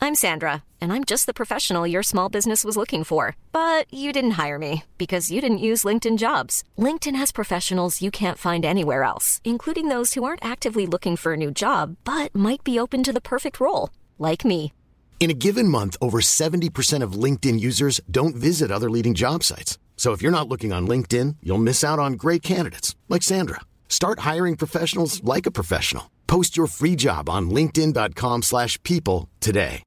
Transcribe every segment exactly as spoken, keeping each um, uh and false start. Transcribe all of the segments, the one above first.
I'm Sandra, and I'm just the professional your small business was looking for. But you didn't hire me because you didn't use LinkedIn Jobs. LinkedIn has professionals you can't find anywhere else, including those who aren't actively looking for a new job, but might be open to the perfect role, like me. In a given month, over seventy percent of LinkedIn users don't visit other leading job sites. So if you're not looking on LinkedIn, you'll miss out on great candidates like Sandra. Start hiring professionals like a professional. Post your free job on linkedin.com slash people today.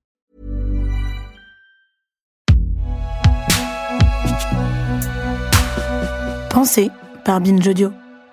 Pensée par Binge Audio.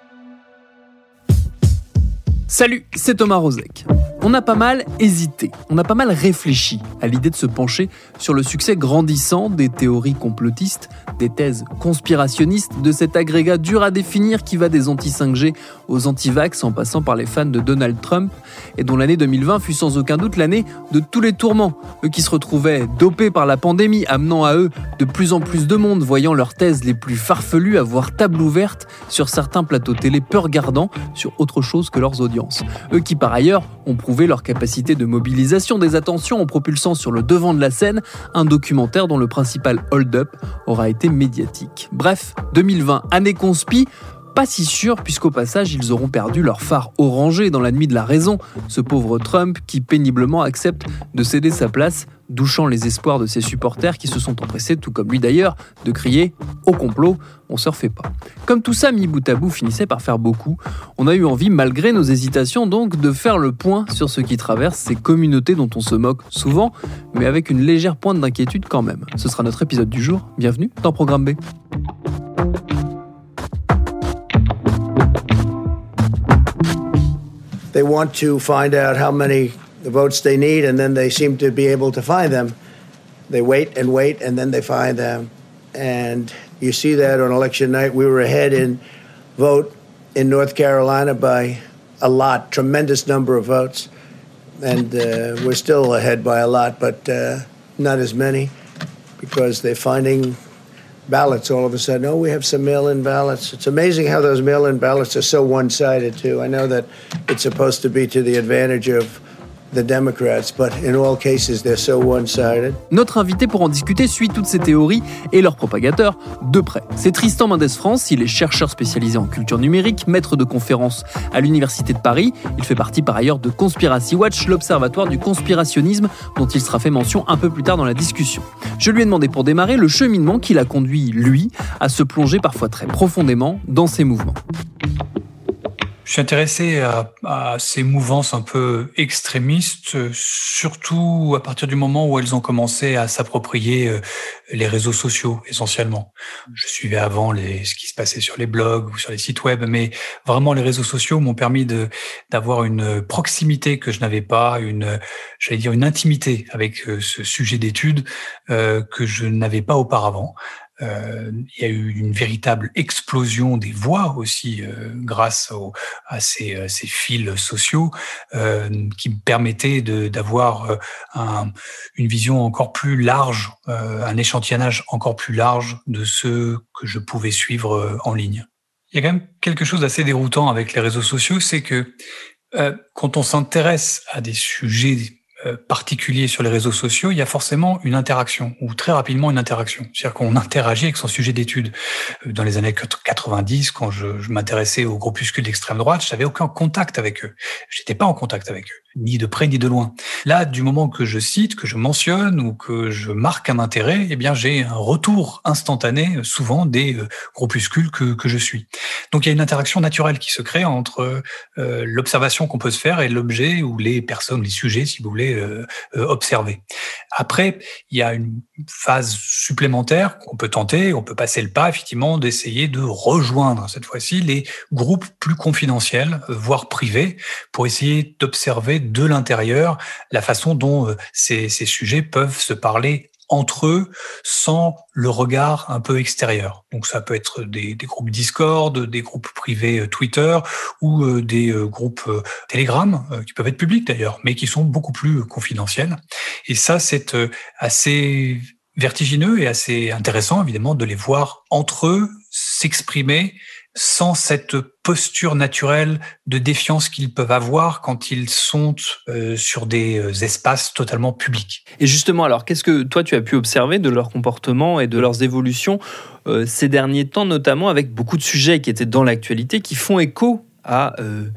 Salut, c'est Thomas Rozek. On a pas mal hésité, on a pas mal réfléchi à l'idée de se pencher sur le succès grandissant des théories complotistes, des thèses conspirationnistes, de cet agrégat dur à définir qui va des anti cinq G aux anti-vax en passant par les fans de Donald Trump et dont l'année deux mille vingt fut sans aucun doute l'année de tous les tourments. Eux qui se retrouvaient dopés par la pandémie, amenant à eux de plus en plus de monde, voyant leurs thèses les plus farfelues avoir table ouverte sur certains plateaux télé peu regardants sur autre chose que leurs audiences. Eux qui par ailleurs ont prouvé leur capacité de mobilisation des attentions en propulsant sur le devant de la scène un documentaire dont le principal hold-up aura été médiatique. Bref, deux mille vingt, année conspi, pas si sûr puisqu'au passage ils auront perdu leur phare orangé dans la nuit de la raison, ce pauvre Trump qui péniblement accepte de céder sa place, douchant les espoirs de ses supporters qui se sont empressés, tout comme lui d'ailleurs, de crier « au complot, on se refait pas ». Comme tout ça mis bout à bout finissait par faire beaucoup, on a eu envie, malgré nos hésitations donc, de faire le point sur ce qui traverse ces communautés dont on se moque souvent, mais avec une légère pointe d'inquiétude quand même. Ce sera notre épisode du jour, bienvenue dans Programme B. They want to find out how many votes they need, and then they seem to be able to find them. They wait and wait, and then they find them. And you see that on election night. We were ahead in vote in North Carolina by a lot, tremendous number of votes. And uh, we're still ahead by a lot, but uh, not as many, because they're finding ballots all of a sudden. Oh, we have some mail-in ballots. It's amazing how those mail-in ballots are so one-sided, too. I know that it's supposed to be to the advantage of the Democrats, but in all cases, they're so one-sided. Notre invité pour en discuter suit toutes ces théories et leurs propagateurs de près. C'est Tristan Mendes France, il est chercheur spécialisé en culture numérique, maître de conférences à l'Université de Paris. Il fait partie par ailleurs de Conspiracy Watch, l'observatoire du conspirationnisme dont il sera fait mention un peu plus tard dans la discussion. Je lui ai demandé pour démarrer le cheminement qui l'a conduit, lui, à se plonger parfois très profondément dans ces mouvements. Je suis intéressé à, à ces mouvances un peu extrémistes, surtout à partir du moment où elles ont commencé à s'approprier les réseaux sociaux essentiellement. Je suivais avant les, ce qui se passait sur les blogs ou sur les sites web, mais vraiment les réseaux sociaux m'ont permis de, d'avoir une proximité que je n'avais pas, une, j'allais dire une intimité avec ce sujet d'étude euh, que je n'avais pas auparavant. Euh, il y a eu une véritable explosion des voix aussi euh, grâce au, à ces, euh, ces fils sociaux euh, qui me permettaient de, d'avoir euh, un, une vision encore plus large, euh, un échantillonnage encore plus large de ce que je pouvais suivre euh, en ligne. Il y a quand même quelque chose d'assez déroutant avec les réseaux sociaux, c'est que euh, quand on s'intéresse à des sujets particulier sur les réseaux sociaux, il y a forcément une interaction, ou très rapidement une interaction. C'est-à-dire qu'on interagit avec son sujet d'étude. Dans les années quatre-vingt-dix, quand je, je m'intéressais aux groupuscules d'extrême droite, je n'avais aucun contact avec eux. Je n'étais pas en contact avec eux, ni de près ni de loin. Là, du moment que je cite, que je mentionne ou que je marque un intérêt, eh bien, j'ai un retour instantané, souvent, des groupuscules que, que je suis. Donc, il y a une interaction naturelle qui se crée entre euh, l'observation qu'on peut se faire et l'objet ou les personnes, les sujets, si vous voulez, Euh, euh, observer. Après, il y a une phase supplémentaire qu'on peut tenter, on peut passer le pas, effectivement, d'essayer de rejoindre, cette fois-ci, les groupes plus confidentiels, voire privés, pour essayer d'observer de l'intérieur la façon dont euh, ces, ces sujets peuvent se parler entre eux sans le regard un peu extérieur. Donc ça peut être des, des groupes Discord, des groupes privés Twitter ou euh, des euh, groupes euh, Telegram, euh, qui peuvent être publics d'ailleurs, mais qui sont beaucoup plus euh, confidentiels. Et ça, c'est euh, assez vertigineux et assez intéressant, évidemment, de les voir entre eux s'exprimer sans cette posture naturelle de défiance qu'ils peuvent avoir quand ils sont euh, sur des espaces totalement publics. Et justement, alors, qu'est-ce que toi, tu as pu observer de leur comportement et de leurs évolutions euh, ces derniers temps, notamment avec beaucoup de sujets qui étaient dans l'actualité, qui font écho à euh,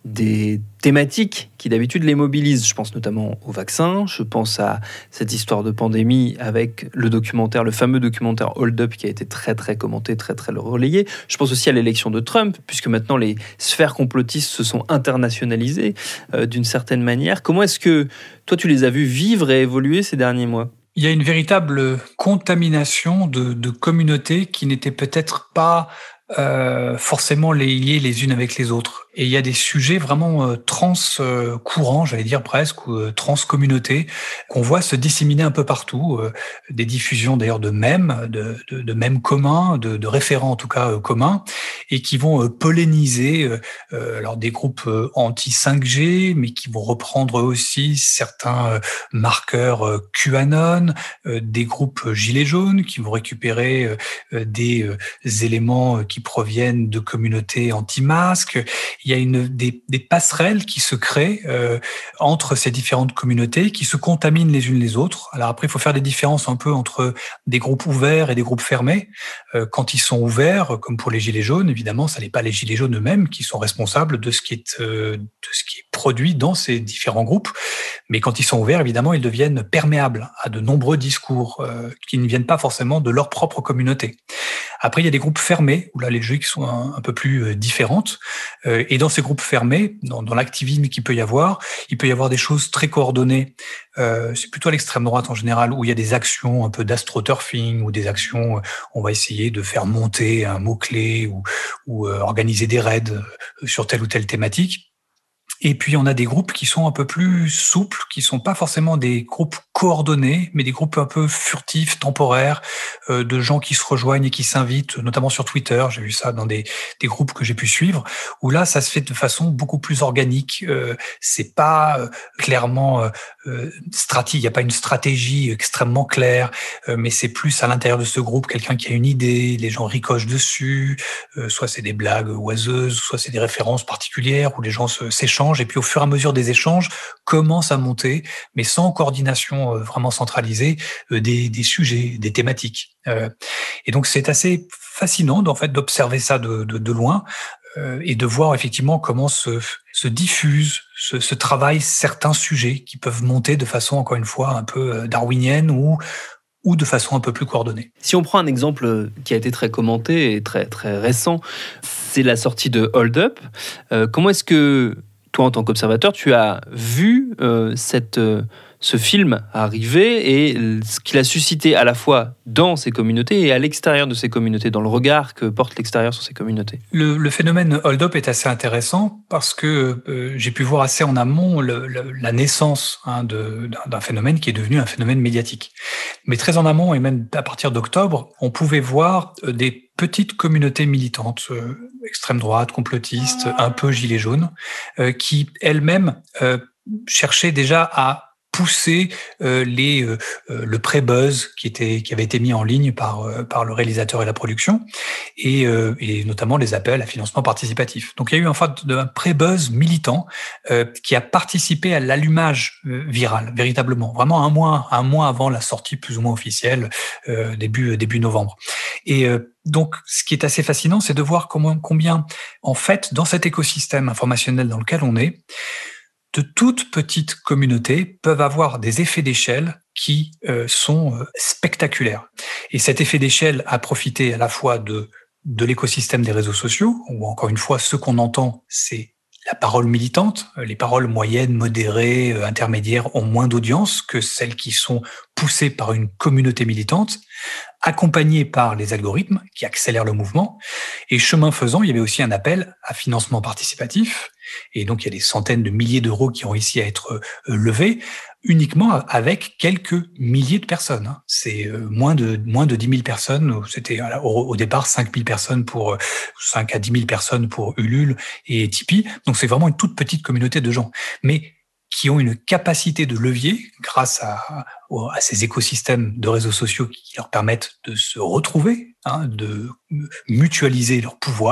des thématiques qui d'habitude les mobilisent. Je pense notamment au vaccin, je pense à cette histoire de pandémie avec le documentaire, le fameux documentaire Hold Up qui a été très très commenté, très très relayé. Je pense aussi à l'élection de Trump, puisque maintenant les sphères complotistes se sont internationalisées euh, d'une certaine manière. Comment est-ce que toi tu les as vus vivre et évoluer ces derniers mois ? Il y a une véritable contamination de, de communautés qui n'étaient peut-être pas Euh, forcément liées les unes avec les autres. Et il y a des sujets vraiment euh, trans-courants, euh, j'allais dire presque, ou euh, trans-communautés, qu'on voit se disséminer un peu partout. Euh, des diffusions d'ailleurs de mèmes, de, de, de mèmes communs, de, de référents en tout cas euh, communs, et qui vont euh, poléniser euh, euh, alors des groupes euh, anti cinq G, mais qui vont reprendre aussi certains euh, marqueurs euh, QAnon, euh, des groupes euh, Gilets jaunes, qui vont récupérer euh, des euh, éléments qui qui proviennent de communautés anti-masques. Il y a une, des, des passerelles qui se créent euh, entre ces différentes communautés, qui se contaminent les unes les autres. Alors après, il faut faire des différences un peu entre des groupes ouverts et des groupes fermés. Euh, quand ils sont ouverts, comme pour les Gilets jaunes, évidemment, ça n'est pas les Gilets jaunes eux-mêmes qui sont responsables de ce qui est, euh, de ce qui est produit dans ces différents groupes. Mais quand ils sont ouverts, évidemment, ils deviennent perméables à de nombreux discours euh, qui ne viennent pas forcément de leur propre communauté. Après, il y a des groupes fermés, où là, les logiques sont un, un peu plus euh, différentes. Euh, et dans ces groupes fermés, dans, dans l'activisme qu'il peut y avoir, il peut y avoir des choses très coordonnées. Euh, c'est plutôt à l'extrême droite en général, où il y a des actions un peu d'astroturfing, ou des actions, on va essayer de faire monter un mot-clé, ou, ou euh, organiser des raids sur telle ou telle thématique. Et puis, on a des groupes qui sont un peu plus souples, qui sont pas forcément des groupes coordonnés, mais des groupes un peu furtifs, temporaires, euh, de gens qui se rejoignent et qui s'invitent, notamment sur Twitter. J'ai vu ça dans des, des groupes que j'ai pu suivre, où là, ça se fait de façon beaucoup plus organique. Euh, c'est pas euh, clairement euh, euh, strati, il y a pas une stratégie extrêmement claire, euh, mais c'est plus à l'intérieur de ce groupe quelqu'un qui a une idée, les gens ricochent dessus, euh, soit c'est des blagues oiseuses, soit c'est des références particulières où les gens se, s'échangent. Et puis au fur et à mesure des échanges, commence à monter, mais sans coordination euh, vraiment centralisée, euh, des, des sujets, des thématiques. Euh, et donc c'est assez fascinant en fait d'observer ça de, de, de loin euh, et de voir effectivement comment se, se diffusent, se, se travaillent certains sujets qui peuvent monter de façon encore une fois un peu darwinienne ou ou de façon un peu plus coordonnée. Si on prend un exemple qui a été très commenté et très très récent, c'est la sortie de Hold Up. Euh, comment est-ce que toi, en tant qu'observateur, tu as vu euh, cette, euh, ce film arriver et ce qu'il a suscité à la fois dans ces communautés et à l'extérieur de ces communautés, dans le regard que porte l'extérieur sur ces communautés. Le, le phénomène Hold Up est assez intéressant parce que euh, j'ai pu voir assez en amont le, le, la naissance hein, de, d'un, d'un phénomène qui est devenu un phénomène médiatique. Mais très en amont, et même à partir d'octobre, on pouvait voir euh, des petites communautés militantes, euh, extrême droite, complotistes, un peu gilets jaunes, euh, qui elles-mêmes euh, cherchaient déjà à pousser euh, les euh, le pré-buzz qui était qui avait été mis en ligne par euh, par le réalisateur et la production et euh, et notamment les appels à financement participatif. Donc il y a eu en fait un pré-buzz militant euh, qui a participé à l'allumage euh, viral véritablement, vraiment un mois un mois avant la sortie plus ou moins officielle euh, début début novembre. Et euh, donc, ce qui est assez fascinant, c'est de voir comment, combien, en fait, dans cet écosystème informationnel dans lequel on est, de toutes petites communautés peuvent avoir des effets d'échelle qui euh, sont euh, spectaculaires. Et cet effet d'échelle a profité à la fois de, de l'écosystème des réseaux sociaux, où encore une fois, ce qu'on entend, c'est la parole militante. Les paroles moyennes, modérées, euh, intermédiaires ont moins d'audience que celles qui sont poussées par une communauté militante, accompagnées par les algorithmes qui accélèrent le mouvement. Et chemin faisant, il y avait aussi un appel à financement participatif. Et donc, il y a des centaines de milliers d'euros qui ont réussi à être euh, levés, uniquement avec quelques milliers de personnes. C'est euh, moins de moins de dix mille personnes. C'était au, au départ cinq mille personnes pour euh, cinq à dix mille personnes pour Ulule et Tipeee. Donc, c'est vraiment une toute petite communauté de gens, mais qui ont une capacité de levier grâce à, à ces écosystèmes de réseaux sociaux qui leur permettent de se retrouver, hein, de mutualiser leur pouvoir,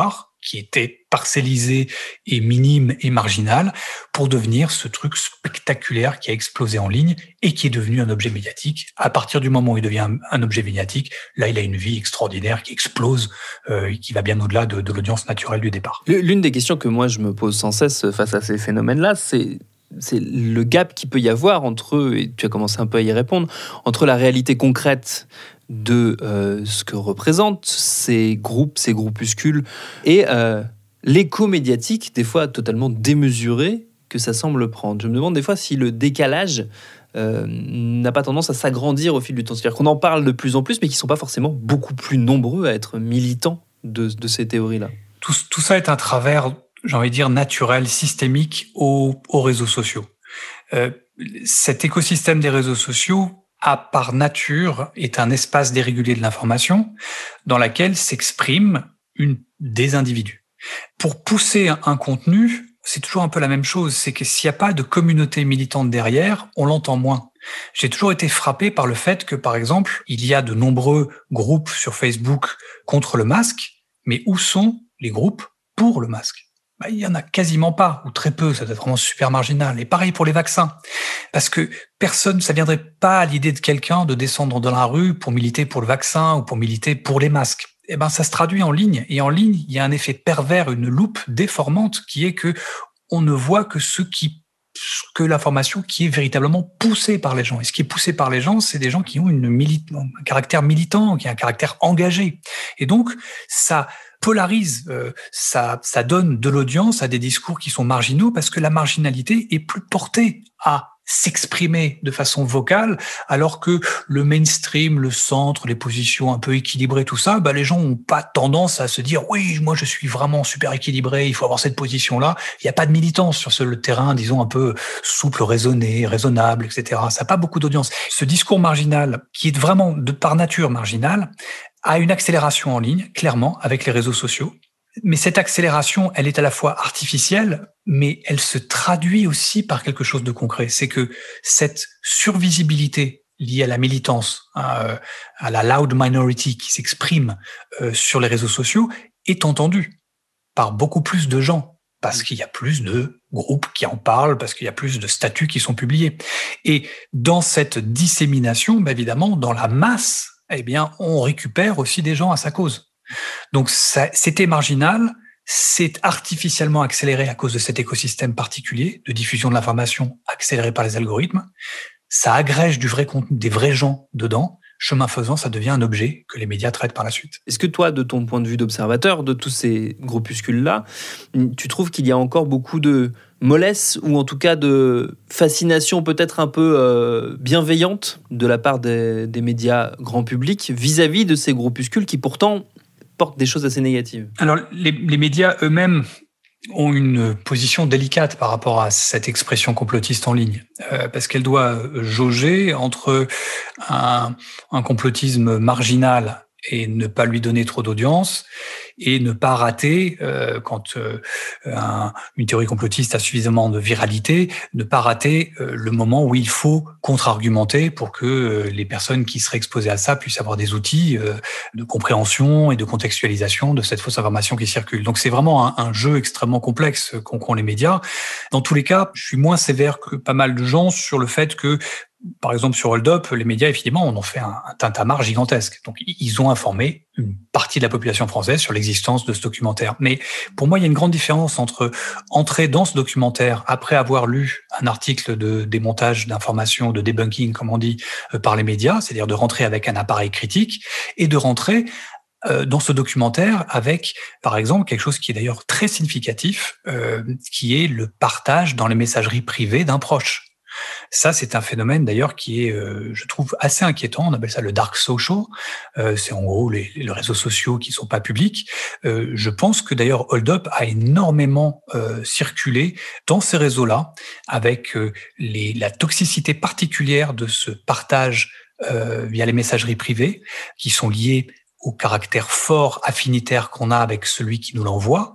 qui était parcellisé et minime et marginal, pour devenir ce truc spectaculaire qui a explosé en ligne et qui est devenu un objet médiatique. À partir du moment où il devient un objet médiatique, là, il a une vie extraordinaire qui explose, euh, qui va bien au-delà de, de l'audience naturelle du départ. L'une des questions que moi je me pose sans cesse face à ces phénomènes-là, c'est c'est le gap qu'il peut y avoir entre, et tu as commencé un peu à y répondre, entre la réalité concrète de euh, ce que représentent ces groupes, ces groupuscules, et euh, l'écho médiatique, des fois totalement démesuré, que ça semble prendre. Je me demande des fois si le décalage euh, n'a pas tendance à s'agrandir au fil du temps. C'est-à-dire qu'on en parle de plus en plus, mais qu'ils ne sont pas forcément beaucoup plus nombreux à être militants de, de ces théories-là. Tout, tout ça est un travers, j'ai envie de dire, naturel, systémique aux, aux réseaux sociaux. Euh, cet écosystème des réseaux sociaux, à par nature, est un espace dérégulé de l'information dans laquelle s'expriment une, des individus. Pour pousser un, un contenu, c'est toujours un peu la même chose. C'est que s'il n'y a pas de communauté militante derrière, on l'entend moins. J'ai toujours été frappé par le fait que, par exemple, il y a de nombreux groupes sur Facebook contre le masque, mais où sont les groupes pour le masque? Bah, il y en a quasiment pas, ou très peu, ça doit être vraiment super marginal. Et pareil pour les vaccins. Parce que personne, ça viendrait pas à l'idée de quelqu'un de descendre dans la rue pour militer pour le vaccin ou pour militer pour les masques. Eh ben, ça se traduit en ligne. Et en ligne, il y a un effet pervers, une loupe déformante qui est que on ne voit que ce qui, que l'information qui est véritablement poussée par les gens. Et ce qui est poussé par les gens, c'est des gens qui ont une mili- un caractère militant, qui a un caractère engagé. Et donc, ça polarise, euh, ça, ça donne de l'audience à des discours qui sont marginaux parce que la marginalité est plus portée à s'exprimer de façon vocale, alors que le mainstream, le centre, les positions un peu équilibrées, tout ça, bah, les gens ont pas tendance à se dire « oui, moi je suis vraiment super équilibré, il faut avoir cette position-là ». Il n'y a pas de militance sur ce terrain, disons, un peu souple, raisonné, raisonnable, et cetera. Ça n'a pas beaucoup d'audience. Ce discours marginal, qui est vraiment de par nature marginal, a une accélération en ligne, clairement, avec les réseaux sociaux. Mais cette accélération, elle est à la fois artificielle, mais elle se traduit aussi par quelque chose de concret. C'est que cette survisibilité liée à la militance, à, à la loud minority qui s'exprime euh, sur les réseaux sociaux, est entendue par beaucoup plus de gens, parce qu'il y a plus de groupes qui en parlent, parce qu'il y a plus de statuts qui sont publiés. Et dans cette dissémination, bah évidemment, dans la masse, eh bien, on récupère aussi des gens à sa cause. Donc, ça, c'était marginal, c'est artificiellement accéléré à cause de cet écosystème particulier de diffusion de l'information accéléré par les algorithmes. Ça agrège du vrai contenu, des vrais gens dedans. Chemin faisant, ça devient un objet que les médias traitent par la suite. Est-ce que toi, de ton point de vue d'observateur de tous ces groupuscules-là, tu trouves qu'il y a encore beaucoup de mollesse ou en tout cas de fascination peut-être un peu euh, bienveillante de la part des, des médias grand public vis-à-vis de ces groupuscules qui pourtant portent des choses assez négatives? Alors, les, les médias eux-mêmes ont une position délicate par rapport à cette expression complotiste en ligne, euh, parce qu'elle doit jauger entre un, un complotisme marginal et ne pas lui donner trop d'audience, et ne pas rater, euh, quand euh, un, une théorie complotiste a suffisamment de viralité, ne pas rater euh, le moment où il faut contre-argumenter pour que euh, les personnes qui seraient exposées à ça puissent avoir des outils euh, de compréhension et de contextualisation de cette fausse information qui circule. Donc c'est vraiment un, un jeu extrêmement complexe qu'ont, qu'ont les médias. Dans tous les cas, je suis moins sévère que pas mal de gens sur le fait que, par exemple, sur Hold Up, les médias, évidemment, on en fait un, un tintamarre gigantesque. Donc, ils ont informé une partie de la population française sur l'existence de ce documentaire. Mais pour moi, il y a une grande différence entre entrer dans ce documentaire après avoir lu un article de démontage d'informations, de debunking, comme on dit, euh, par les médias, c'est-à-dire de rentrer avec un appareil critique, et de rentrer euh, dans ce documentaire avec, par exemple, quelque chose qui est d'ailleurs très significatif, euh, qui est le partage dans les messageries privées d'un proche. Ça, c'est un phénomène d'ailleurs qui est, euh, je trouve, assez inquiétant. On appelle ça le dark social. Euh, c'est en gros les, les réseaux sociaux qui sont pas publics. Euh, je pense que d'ailleurs Hold Up a énormément euh, circulé dans ces réseaux-là, avec euh, les, la toxicité particulière de ce partage euh, via les messageries privées, qui sont liées au caractère fort affinitaire qu'on a avec celui qui nous l'envoie.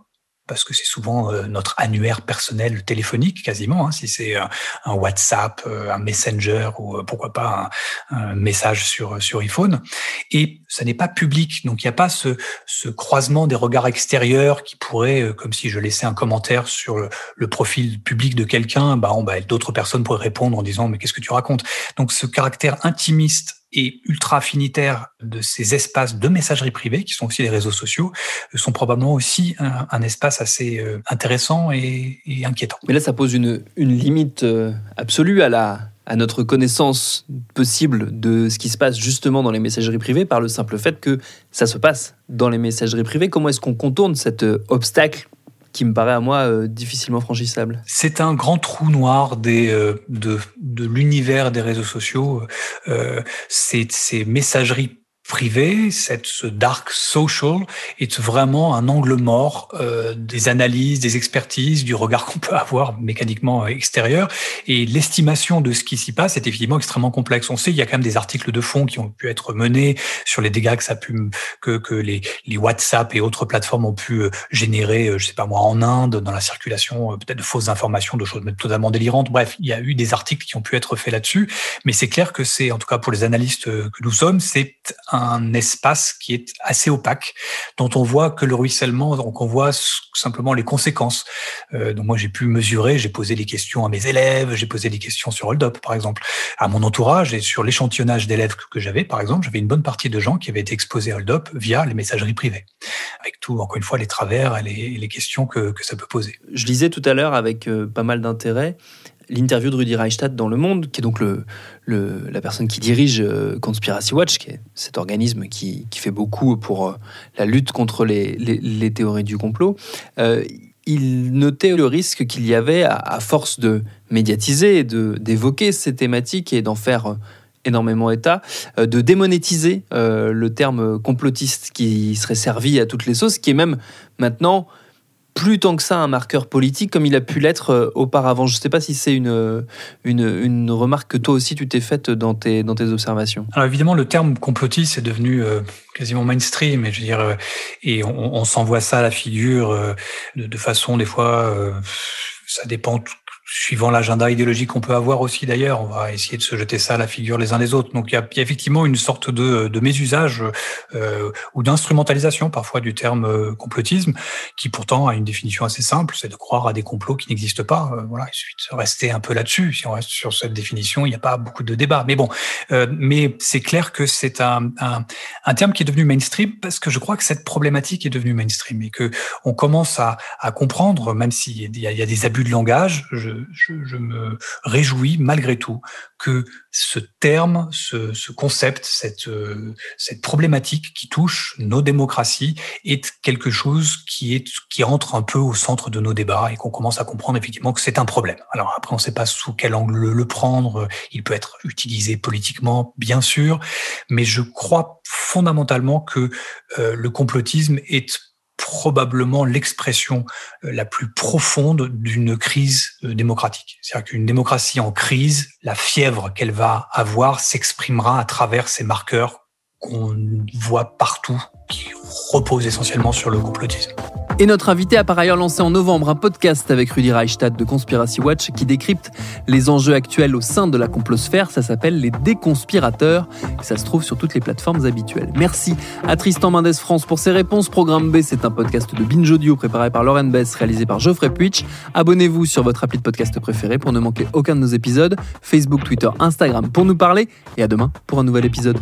parce que c'est souvent euh, notre annuaire personnel téléphonique quasiment, hein, si c'est un, un WhatsApp, euh, un Messenger ou euh, pourquoi pas un, un message sur sur iPhone. Et ça n'est pas public, donc il n'y a pas ce, ce croisement des regards extérieurs qui pourrait, euh, comme si je laissais un commentaire sur le, le profil public de quelqu'un, bah, on, bah, d'autres personnes pourraient répondre en disant mais qu'est-ce que tu racontes? Donc ce caractère intimiste et ultra affinitaire de ces espaces de messagerie privée, qui sont aussi les réseaux sociaux, sont probablement aussi un, un espace assez euh, intéressant et, et inquiétant. Mais là, ça pose une, une limite euh, absolue à, la, à notre connaissance possible de ce qui se passe justement dans les messageries privées, par le simple fait que ça se passe dans les messageries privées. Comment est-ce qu'on contourne cet euh, obstacle qui me paraît à moi euh, difficilement franchissable? C'est un grand trou noir des, euh, de, de l'univers des réseaux sociaux. Euh, c'est, ces messageries privées, cette, ce dark social est vraiment un angle mort euh, des analyses, des expertises, du regard qu'on peut avoir mécaniquement extérieur. Et l'estimation de ce qui s'y passe est évidemment extrêmement complexe. On sait, il y a quand même des articles de fond qui ont pu être menés sur les dégâts que ça a pu, que, que les, les WhatsApp et autres plateformes ont pu générer, je sais pas moi, en Inde, dans la circulation peut-être de fausses informations, de choses totalement délirantes. Bref, il y a eu des articles qui ont pu être faits là-dessus. Mais c'est clair que c'est, en tout cas pour les analystes que nous sommes, c'est un espace qui est assez opaque, dont on voit que le ruissellement, donc on voit simplement les conséquences. Euh, donc moi j'ai pu mesurer, j'ai posé des questions à mes élèves, j'ai posé des questions sur Hold Up par exemple, à mon entourage et sur l'échantillonnage d'élèves que, que j'avais par exemple, j'avais une bonne partie de gens qui avaient été exposés à Hold Up via les messageries privées, avec tout, encore une fois, les travers et les, les questions que, que ça peut poser. Je lisais tout à l'heure avec euh, pas mal d'intérêt l'interview de Rudi Reichstadt dans Le Monde, qui est donc le, le, la personne qui dirige euh, Conspiracy Watch, qui est cet organisme qui, qui fait beaucoup pour euh, la lutte contre les, les, les théories du complot. Euh, il notait le risque qu'il y avait, à, à force de médiatiser et de, d'évoquer ces thématiques et d'en faire énormément état, euh, de démonétiser euh, le terme complotiste qui serait servi à toutes les sauces, qui est même maintenant plus tant que ça un marqueur politique comme il a pu l'être euh, auparavant. Je ne sais pas si c'est une, une, une remarque que toi aussi tu t'es faite dans tes, dans tes observations. Alors évidemment, le terme complotiste est devenu euh, quasiment mainstream, et je veux dire, euh, et on, on s'envoie ça à la figure euh, de, de façon des fois, euh, ça dépend tout, suivant l'agenda idéologique qu'on peut avoir aussi d'ailleurs, on va essayer de se jeter ça à la figure les uns les autres. Donc il y a, il y a effectivement une sorte de, de mésusage euh, ou d'instrumentalisation parfois du terme euh, complotisme, qui pourtant a une définition assez simple, c'est de croire à des complots qui n'existent pas. Euh, voilà, il suffit de rester un peu là-dessus. Si on reste sur cette définition, il n'y a pas beaucoup de débat. Mais bon, euh, mais c'est clair que c'est un, un, un terme qui est devenu mainstream parce que je crois que cette problématique est devenue mainstream et que on commence à, à comprendre, même s'il y a, il y a des abus de langage, je Je, je me réjouis malgré tout que ce terme, ce, ce concept, cette, euh, cette problématique qui touche nos démocraties est quelque chose qui est qui entre un peu au centre de nos débats et qu'on commence à comprendre effectivement que c'est un problème. Alors après, on ne sait pas sous quel angle le, le prendre. Il peut être utilisé politiquement, bien sûr, mais je crois fondamentalement que euh, le complotisme est probablement l'expression la plus profonde d'une crise démocratique. C'est-à-dire qu'une démocratie en crise, la fièvre qu'elle va avoir s'exprimera à travers ces marqueurs qu'on voit partout, qui reposent essentiellement sur le complotisme. Et notre invité a par ailleurs lancé en novembre un podcast avec Rudi Reichstadt de Conspiracy Watch qui décrypte les enjeux actuels au sein de la complosphère. Ça s'appelle Les Déconspirateurs et ça se trouve sur toutes les plateformes habituelles. Merci à Tristan Mendes France pour ses réponses. Programme B, c'est un podcast de Binge Audio préparé par Lauren Bess, réalisé par Geoffrey Puitch. Abonnez-vous sur votre appli de podcast préféré pour ne manquer aucun de nos épisodes. Facebook, Twitter, Instagram pour nous parler. Et à demain pour un nouvel épisode.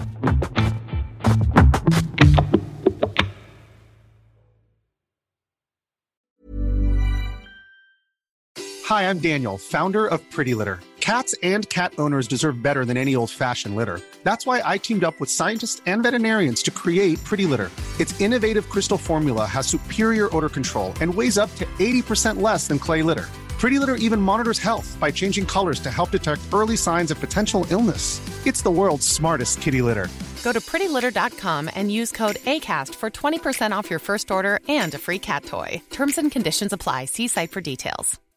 Hi, I'm Daniel, founder of Pretty Litter. Cats and cat owners deserve better than any old-fashioned litter. That's why I teamed up with scientists and veterinarians to create Pretty Litter. Its innovative crystal formula has superior odor control and weighs up to eighty percent less than clay litter. Pretty Litter even monitors health by changing colors to help detect early signs of potential illness. It's the world's smartest kitty litter. Go to pretty litter dot com and use code ACAST for twenty percent off your first order and a free cat toy. Terms and conditions apply. See site for details.